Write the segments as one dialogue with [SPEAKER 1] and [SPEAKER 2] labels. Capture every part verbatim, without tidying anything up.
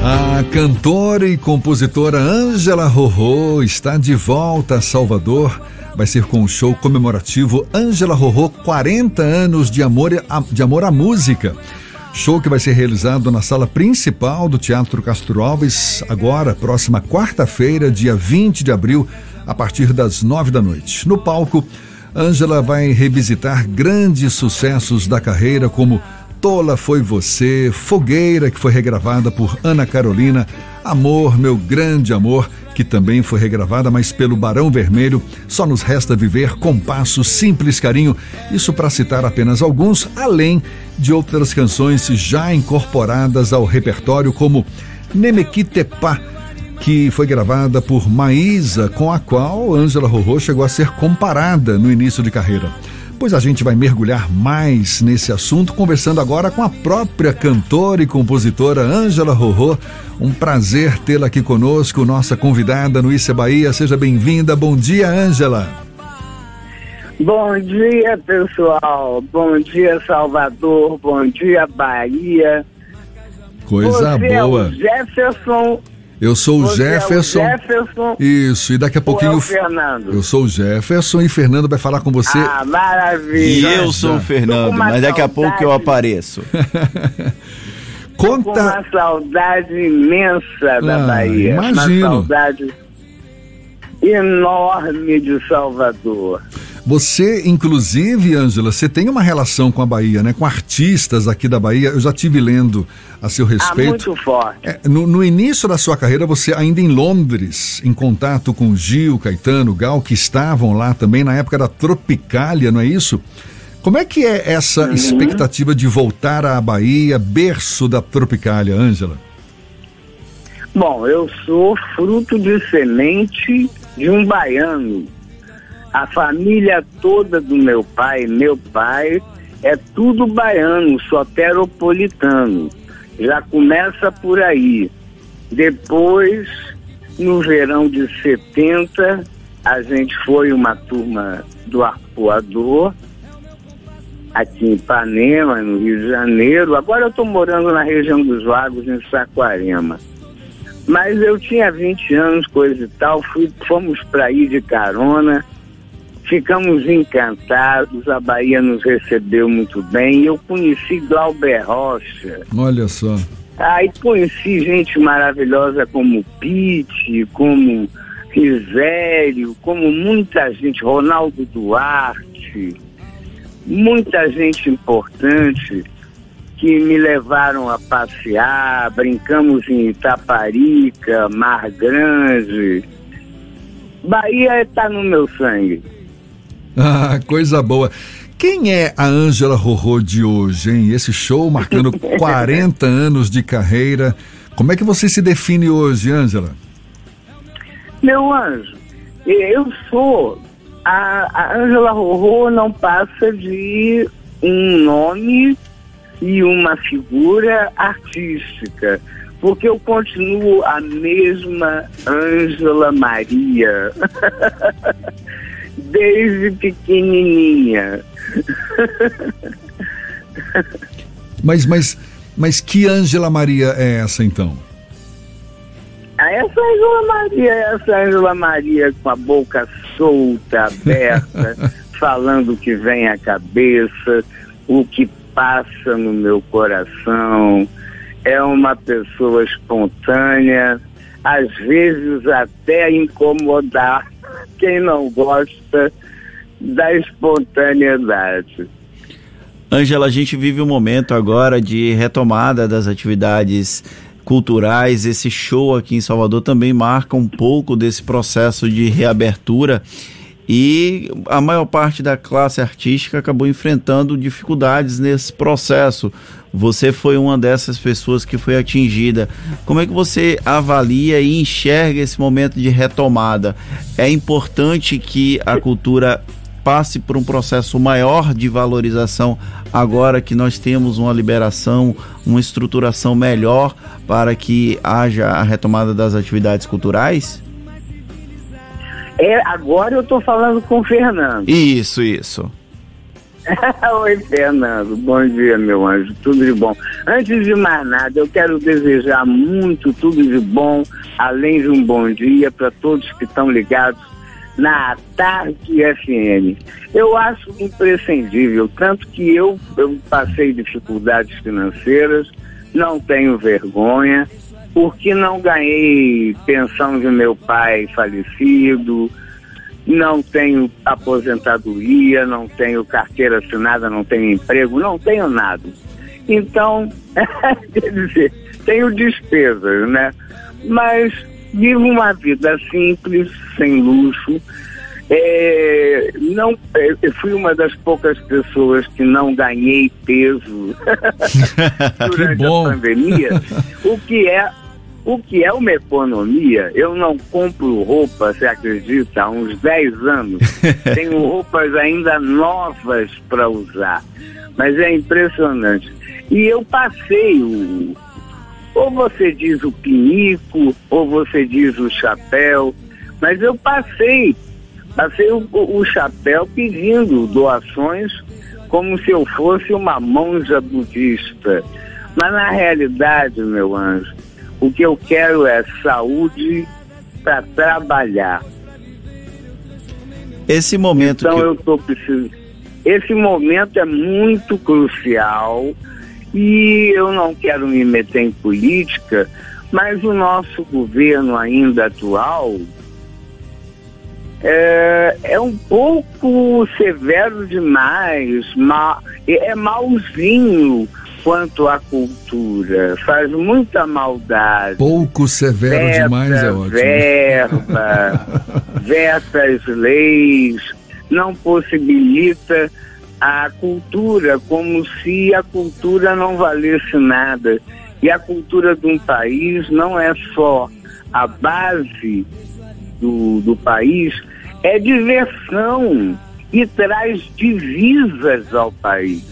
[SPEAKER 1] A cantora e compositora Ângela Rorô está de volta a Salvador. Vai ser com o show comemorativo Ângela Rorô quarenta anos de amor, de amor à música. Show que vai ser realizado na sala principal do Teatro Castro Alves, agora, próxima quarta-feira, dia vinte de abril, a partir das nove da noite. No palco, Ângela vai revisitar grandes sucessos da carreira, como Tola Foi Você, Fogueira, que foi regravada por Ana Carolina, Amor, Meu Grande Amor, que também foi regravada, mas pelo Barão Vermelho, Só Nos Resta Viver, Compasso, Simples Carinho, isso para citar apenas alguns, além de outras canções já incorporadas ao repertório, como Nemequitepá, que foi gravada por Maísa, com a qual Ângela Rorô chegou a ser comparada no início de carreira. Pois a gente vai mergulhar mais nesse assunto, conversando agora com a própria cantora e compositora Ângela Rorô. Um prazer tê-la aqui conosco, nossa convidada no Isso é Bahia. Seja bem-vinda. Bom dia, Ângela.
[SPEAKER 2] Bom dia, pessoal. Bom dia, Salvador. Bom dia, Bahia.
[SPEAKER 1] Coisa
[SPEAKER 2] Você
[SPEAKER 1] boa.
[SPEAKER 2] É o Jefferson.
[SPEAKER 1] Eu sou o
[SPEAKER 2] Você
[SPEAKER 1] Jefferson.
[SPEAKER 2] É o Jefferson.
[SPEAKER 1] Isso, e daqui a pouquinho.
[SPEAKER 2] Ou é o Fernando?
[SPEAKER 1] Eu sou o Jefferson e Fernando vai falar com você.
[SPEAKER 2] Ah, maravilha.
[SPEAKER 3] E eu sou o Fernando, mas daqui a pouco eu apareço.
[SPEAKER 1] Conta.
[SPEAKER 2] Com uma saudade imensa da
[SPEAKER 1] Ah,
[SPEAKER 2] Bahia.
[SPEAKER 1] imagino.
[SPEAKER 2] Uma saudade enorme de Salvador.
[SPEAKER 1] Você, inclusive, Ângela, você tem uma relação com a Bahia, né? Com artistas aqui da Bahia. Eu já estive lendo a seu respeito.
[SPEAKER 2] Ah, muito forte.
[SPEAKER 1] É, no, no início da sua carreira, você ainda em Londres, em contato com Gil, Caetano, Gal, que estavam lá também na época da Tropicália, não é isso? Como é que é essa
[SPEAKER 2] Uhum.
[SPEAKER 1] expectativa de voltar à Bahia, berço da Tropicália, Ângela?
[SPEAKER 2] Bom, eu sou fruto de semente de um baiano. A família toda do meu pai, meu pai, é tudo baiano, soteropolitano. Já começa por aí. Depois, no verão de setenta, a gente foi uma turma do Arpoador, aqui em Ipanema, no Rio de Janeiro. Agora eu estou morando na região dos Lagos, em Saquarema. Mas eu tinha vinte anos, coisa e tal, fui, fomos para aí de carona. Ficamos encantados, a Bahia nos recebeu muito bem. Eu conheci Glauber Rocha.
[SPEAKER 1] Olha só.
[SPEAKER 2] Aí conheci gente maravilhosa como Pete, como Risério, como muita gente, Ronaldo Duarte, muita gente importante que me levaram a passear. Brincamos em Itaparica, Mar Grande. Bahia está no meu sangue.
[SPEAKER 1] Ah, coisa boa. Quem é a Ângela Rorô de hoje, hein? Esse show marcando quarenta anos de carreira. Como é que você se define hoje, Ângela?
[SPEAKER 2] Meu anjo, eu sou... A, a Ângela Rorô não passa de um nome e uma figura artística, porque eu continuo a mesma Ângela Maria. Desde pequenininha.
[SPEAKER 1] Mas, mas, mas que Ângela Maria é essa, então?
[SPEAKER 2] Essa Ângela Maria, essa Ângela Maria com a boca solta, aberta, falando o que vem à cabeça, o que passa no meu coração. É uma pessoa espontânea, às vezes até incomodar quem não gosta da espontaneidade.
[SPEAKER 3] Ângela, a gente vive um momento agora de retomada das atividades culturais. Esse show aqui em Salvador também marca um pouco desse processo de reabertura, e a maior parte da classe artística acabou enfrentando dificuldades nesse processo. Você foi uma dessas pessoas que foi atingida. Como é que você avalia e enxerga esse momento de retomada? É importante que a cultura passe por um processo maior de valorização agora que nós temos uma liberação, uma estruturação melhor para que haja a retomada das atividades culturais?
[SPEAKER 2] É, agora eu estou falando com o Fernando.
[SPEAKER 3] Isso, isso.
[SPEAKER 2] Oi, Fernando. Bom dia, meu anjo. Tudo de bom. Antes de mais nada, eu quero desejar muito tudo de bom, além de um bom dia para todos que estão ligados na Tarde F M. Eu acho imprescindível, tanto que eu, eu passei dificuldades financeiras, não tenho vergonha, porque não ganhei pensão de meu pai falecido, não tenho aposentadoria, não tenho carteira assinada, não tenho emprego, não tenho nada. Então, quer dizer, tenho despesas, né? Mas vivo uma vida simples, sem luxo. É, não, eu fui uma das poucas pessoas que não ganhei peso durante a pandemia, o que é O que é uma economia. Eu não compro roupa, você acredita, há uns dez anos. Tenho roupas ainda novas para usar. Mas é impressionante. E eu passei o... Ou você diz o pinico, ou você diz o chapéu. Mas eu passei. Passei o, o chapéu pedindo doações como se eu fosse uma monja budista. Mas na realidade, meu anjo, o que eu quero é saúde para trabalhar.
[SPEAKER 3] Esse momento
[SPEAKER 2] então
[SPEAKER 3] que...
[SPEAKER 2] eu tô precisando. Esse momento é muito crucial e eu não quero me meter em política, mas o nosso governo ainda atual é, é um pouco severo demais, ma, é malzinho quanto à cultura, faz muita maldade.
[SPEAKER 1] Pouco severo
[SPEAKER 2] veta,
[SPEAKER 1] demais é ótimo.
[SPEAKER 2] Verba, veta as leis, não possibilita a cultura, como se a cultura não valesse nada. E a cultura de um país não é só a base do, do país, é diversão e traz divisas ao país.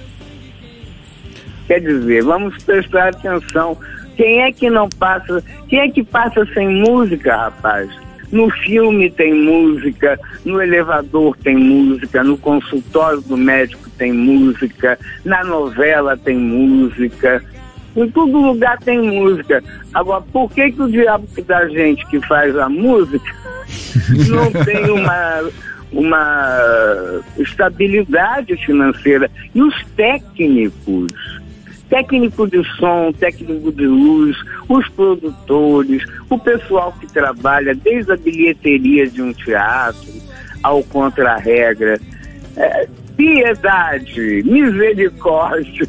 [SPEAKER 2] Quer dizer, vamos prestar atenção. Quem é que não passa, quem é que passa sem música, rapaz? No filme tem música, no elevador tem música, no consultório do médico tem música, na novela tem música, em todo lugar tem música. Agora, por que que o diabo da gente que faz a música não tem uma... uma estabilidade financeira? E os técnicos, técnico de som, técnico de luz, os produtores, o pessoal que trabalha desde a bilheteria de um teatro ao contra-regra, é, piedade, misericórdia.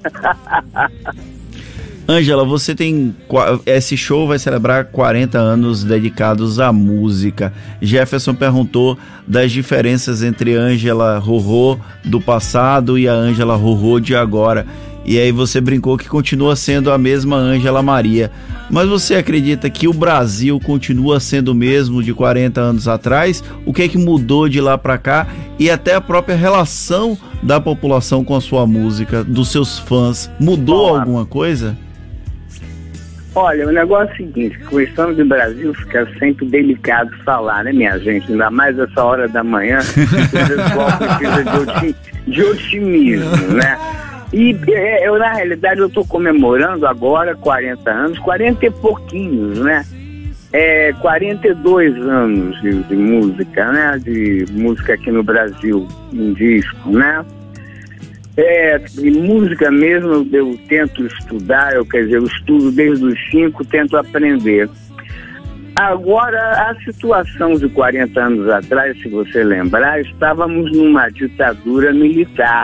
[SPEAKER 3] Ângela, você tem... Esse show vai celebrar quarenta anos dedicados à música. Jefferson perguntou das diferenças entre Ângela Rorô do passado e a Ângela Rorô de agora. E aí você brincou que continua sendo a mesma Ângela Maria. Mas você acredita que o Brasil continua sendo o mesmo de quarenta anos atrás? O que é que mudou de lá para cá? E até a própria relação da população com a sua música, dos seus fãs, mudou
[SPEAKER 2] Bom,
[SPEAKER 3] alguma coisa?
[SPEAKER 2] Olha, o negócio é o seguinte, questão de Brasil fica sempre delicado falar, né, minha gente? Ainda mais essa hora da manhã, o pessoal precisa de, otim, de otimismo, né? E eu, na realidade, eu estou comemorando agora quarenta anos, quarenta e pouquinhos, né? É, quarenta e dois anos de, de música, né? De música aqui no Brasil, em disco, né? É, de música mesmo eu tento estudar, eu quer dizer, eu estudo desde os cinco, tento aprender. Agora, a situação de quarenta anos atrás, se você lembrar, estávamos numa ditadura militar,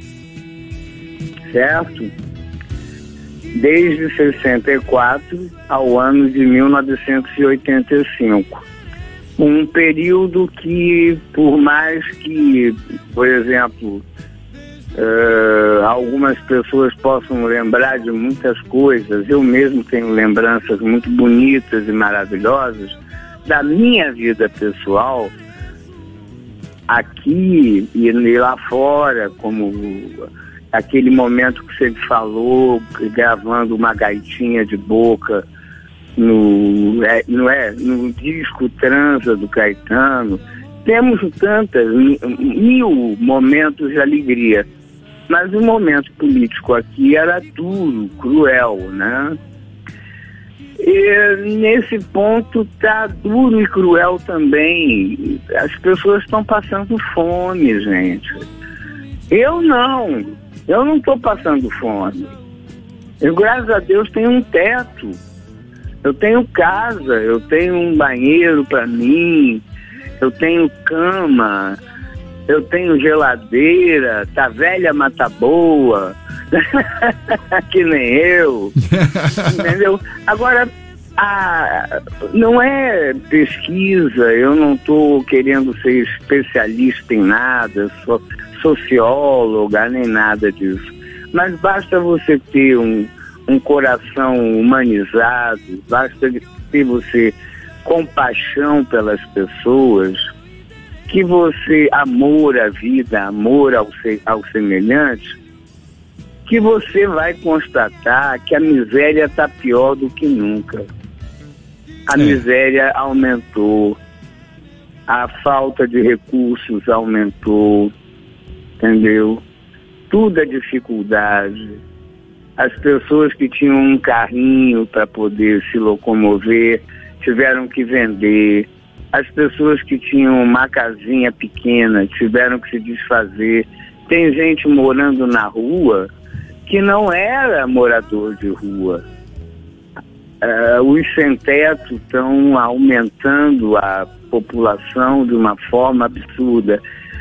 [SPEAKER 2] certo? Desde sessenta e quatro ao ano de mil novecentos e oitenta e cinco. Um período que, por mais que, por exemplo, uh, algumas pessoas possam lembrar de muitas coisas, eu mesmo tenho lembranças muito bonitas e maravilhosas da minha vida pessoal, aqui e lá fora, como aquele momento que você falou, gravando uma gaitinha de boca no, é, não é, no disco Transa do Caetano. temos tantas, mil momentos de alegria, mas o momento político aqui era duro, cruel, né? E nesse ponto tá duro e cruel também. As pessoas estão passando fome, gente. Eu não, eu não estou passando fome. Eu, graças a Deus, tenho um teto. Eu tenho casa, eu tenho um banheiro para mim, eu tenho cama, eu tenho geladeira, tá velha, mas tá boa, que nem eu, entendeu? Agora, a, não é pesquisa, eu não estou querendo ser especialista em nada, sou socióloga, nem nada disso, mas basta você ter um um coração humanizado, basta ter você compaixão pelas pessoas, que você, amor à vida, amor ao, ao semelhante, que você vai constatar que a miséria está pior do que nunca. A é. miséria aumentou, a falta de recursos aumentou, entendeu? Tudo é dificuldade. As pessoas que tinham um carrinho para poder se locomover tiveram que vender. As pessoas que tinham uma casinha pequena tiveram que se desfazer. Tem gente morando na rua que não era morador de rua. Uh, os sem-teto estão aumentando a população de uma forma absurda.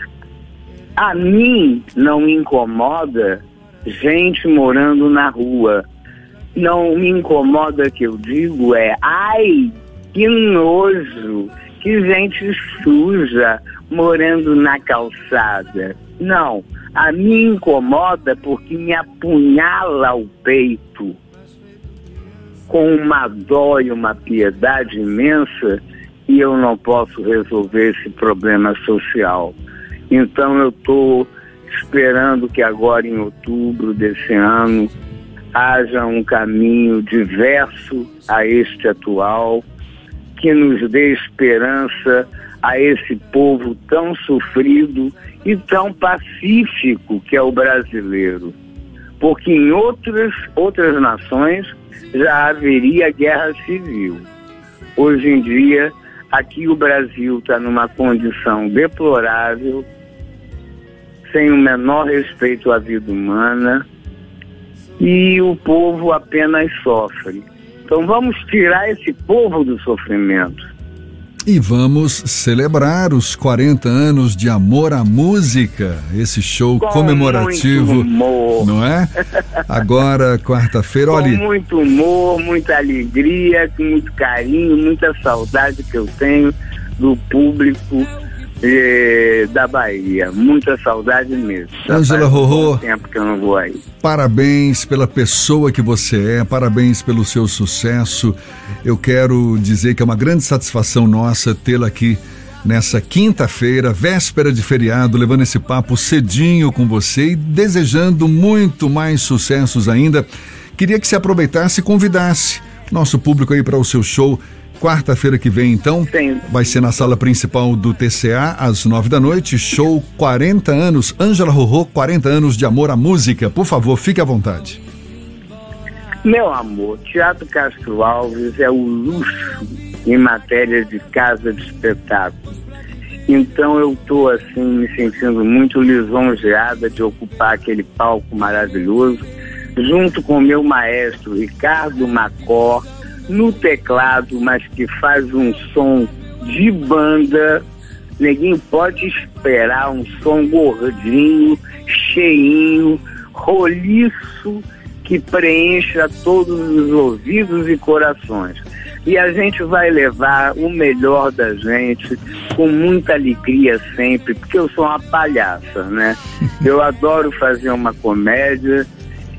[SPEAKER 2] A mim não me incomoda gente morando na rua. Não me incomoda, que eu digo é, ai, que nojo, que gente suja morando na calçada. Não, a mim incomoda porque me apunhala o peito com uma dó e uma piedade imensa, e eu não posso resolver esse problema social. Então eu estou esperando que agora em outubro desse ano haja um caminho diverso a este atual, que nos dê esperança a esse povo tão sofrido e tão pacífico que é o brasileiro. Porque em outras, outras nações já haveria guerra civil. Hoje em dia, aqui o Brasil está numa condição deplorável, sem o menor respeito à vida humana, e o povo apenas sofre. Então vamos tirar esse povo do sofrimento.
[SPEAKER 1] E vamos celebrar os quarenta anos de Amor à Música, esse show com comemorativo, muito humor. Não é? Agora, quarta-feira, olha...
[SPEAKER 2] Com muito humor, muita alegria, com muito carinho, muita saudade que eu tenho do público Eh, da Bahia, muita saudade mesmo.
[SPEAKER 1] Ângela Rorô,
[SPEAKER 2] tempo que eu não vou aí.
[SPEAKER 1] Parabéns pela pessoa que você é, parabéns pelo seu sucesso. Eu quero dizer que é uma grande satisfação nossa tê-la aqui nessa quinta-feira, véspera de feriado, levando esse papo cedinho com você e desejando muito mais sucessos ainda. Queria que você aproveitasse e convidasse nosso público aí para o seu show. Quarta-feira que vem, então, Sim. vai ser na sala principal do T C A, às nove da noite, show quarenta anos, Ângela Rorô, quarenta anos de Amor à Música. Por favor, fique à vontade.
[SPEAKER 2] Meu amor, Teatro Castro Alves é o luxo em matéria de casa de espetáculo. Então eu estou, assim, me sentindo muito lisonjeada de ocupar aquele palco maravilhoso, junto com o meu maestro Ricardo Macó, no teclado, mas que faz um som de banda. Neguinho pode esperar um som gordinho, cheinho, roliço, que preencha todos os ouvidos e corações. E a gente vai levar o melhor da gente, com muita alegria sempre, porque eu sou uma palhaça, né? Eu adoro fazer uma comédia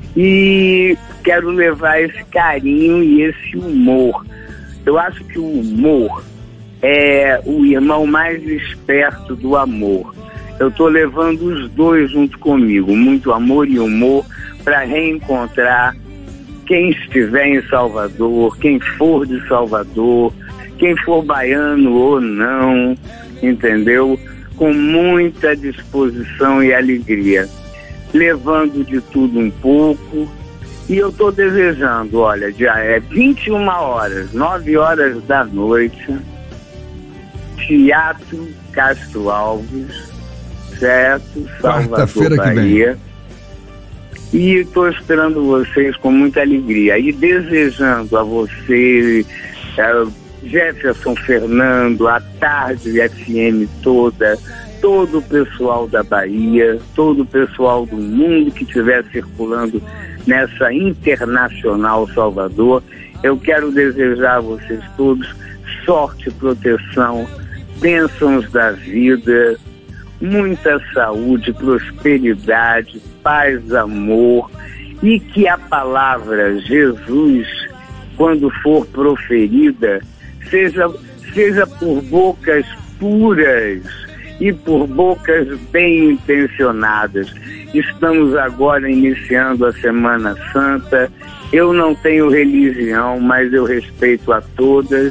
[SPEAKER 2] e quero levar esse carinho e esse humor. Eu acho que o humor é o irmão mais esperto do amor. Eu estou levando os dois junto comigo, muito amor e humor, para reencontrar quem estiver em Salvador, quem for de Salvador, quem for baiano ou não, entendeu? Com muita disposição e alegria, levando de tudo um pouco. E eu estou desejando, olha, já é vinte e uma horas, nove horas da noite, Teatro Castro Alves, certo? Salvador, Bahia. E estou esperando vocês com muita alegria. E desejando a você, é, Jefferson Fernando, a Tarde F M toda, todo o pessoal da Bahia, todo o pessoal do mundo que estiver circulando nessa Internacional Salvador, eu quero desejar a vocês todos sorte, proteção, bênçãos da vida, muita saúde, prosperidade, paz, amor, e que a palavra Jesus, quando for proferida, seja, seja por bocas puras e por bocas bem intencionadas. Estamos agora iniciando a Semana Santa. Eu não tenho religião, mas eu respeito a todas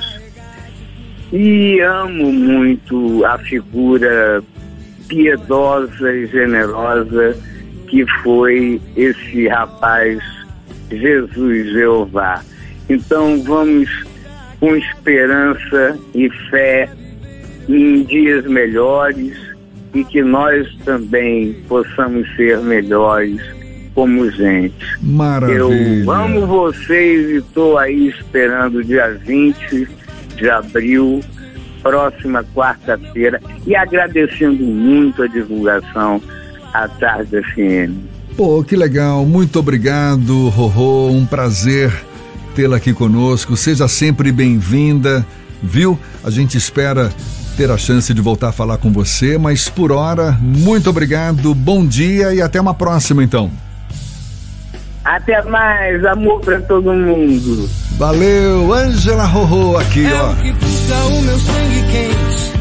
[SPEAKER 2] e amo muito a figura piedosa e generosa que foi esse rapaz Jesus Jeová. Então vamos com esperança e fé em dias melhores e que nós também possamos ser melhores como gente.
[SPEAKER 1] Maravilha.
[SPEAKER 2] Eu amo vocês e estou aí esperando o dia vinte de abril, próxima quarta-feira, e agradecendo muito a divulgação à Tarde F M.
[SPEAKER 1] Pô, que legal, muito obrigado, Rorô, um prazer tê-la aqui conosco, seja sempre bem-vinda, viu? A gente espera ter a chance de voltar a falar com você, mas por hora, muito obrigado, bom dia e até uma próxima então.
[SPEAKER 2] Até mais, amor pra todo mundo.
[SPEAKER 1] Valeu, Ângela Rorô aqui,
[SPEAKER 4] é
[SPEAKER 1] ó.
[SPEAKER 4] O que custa o meu sangue quente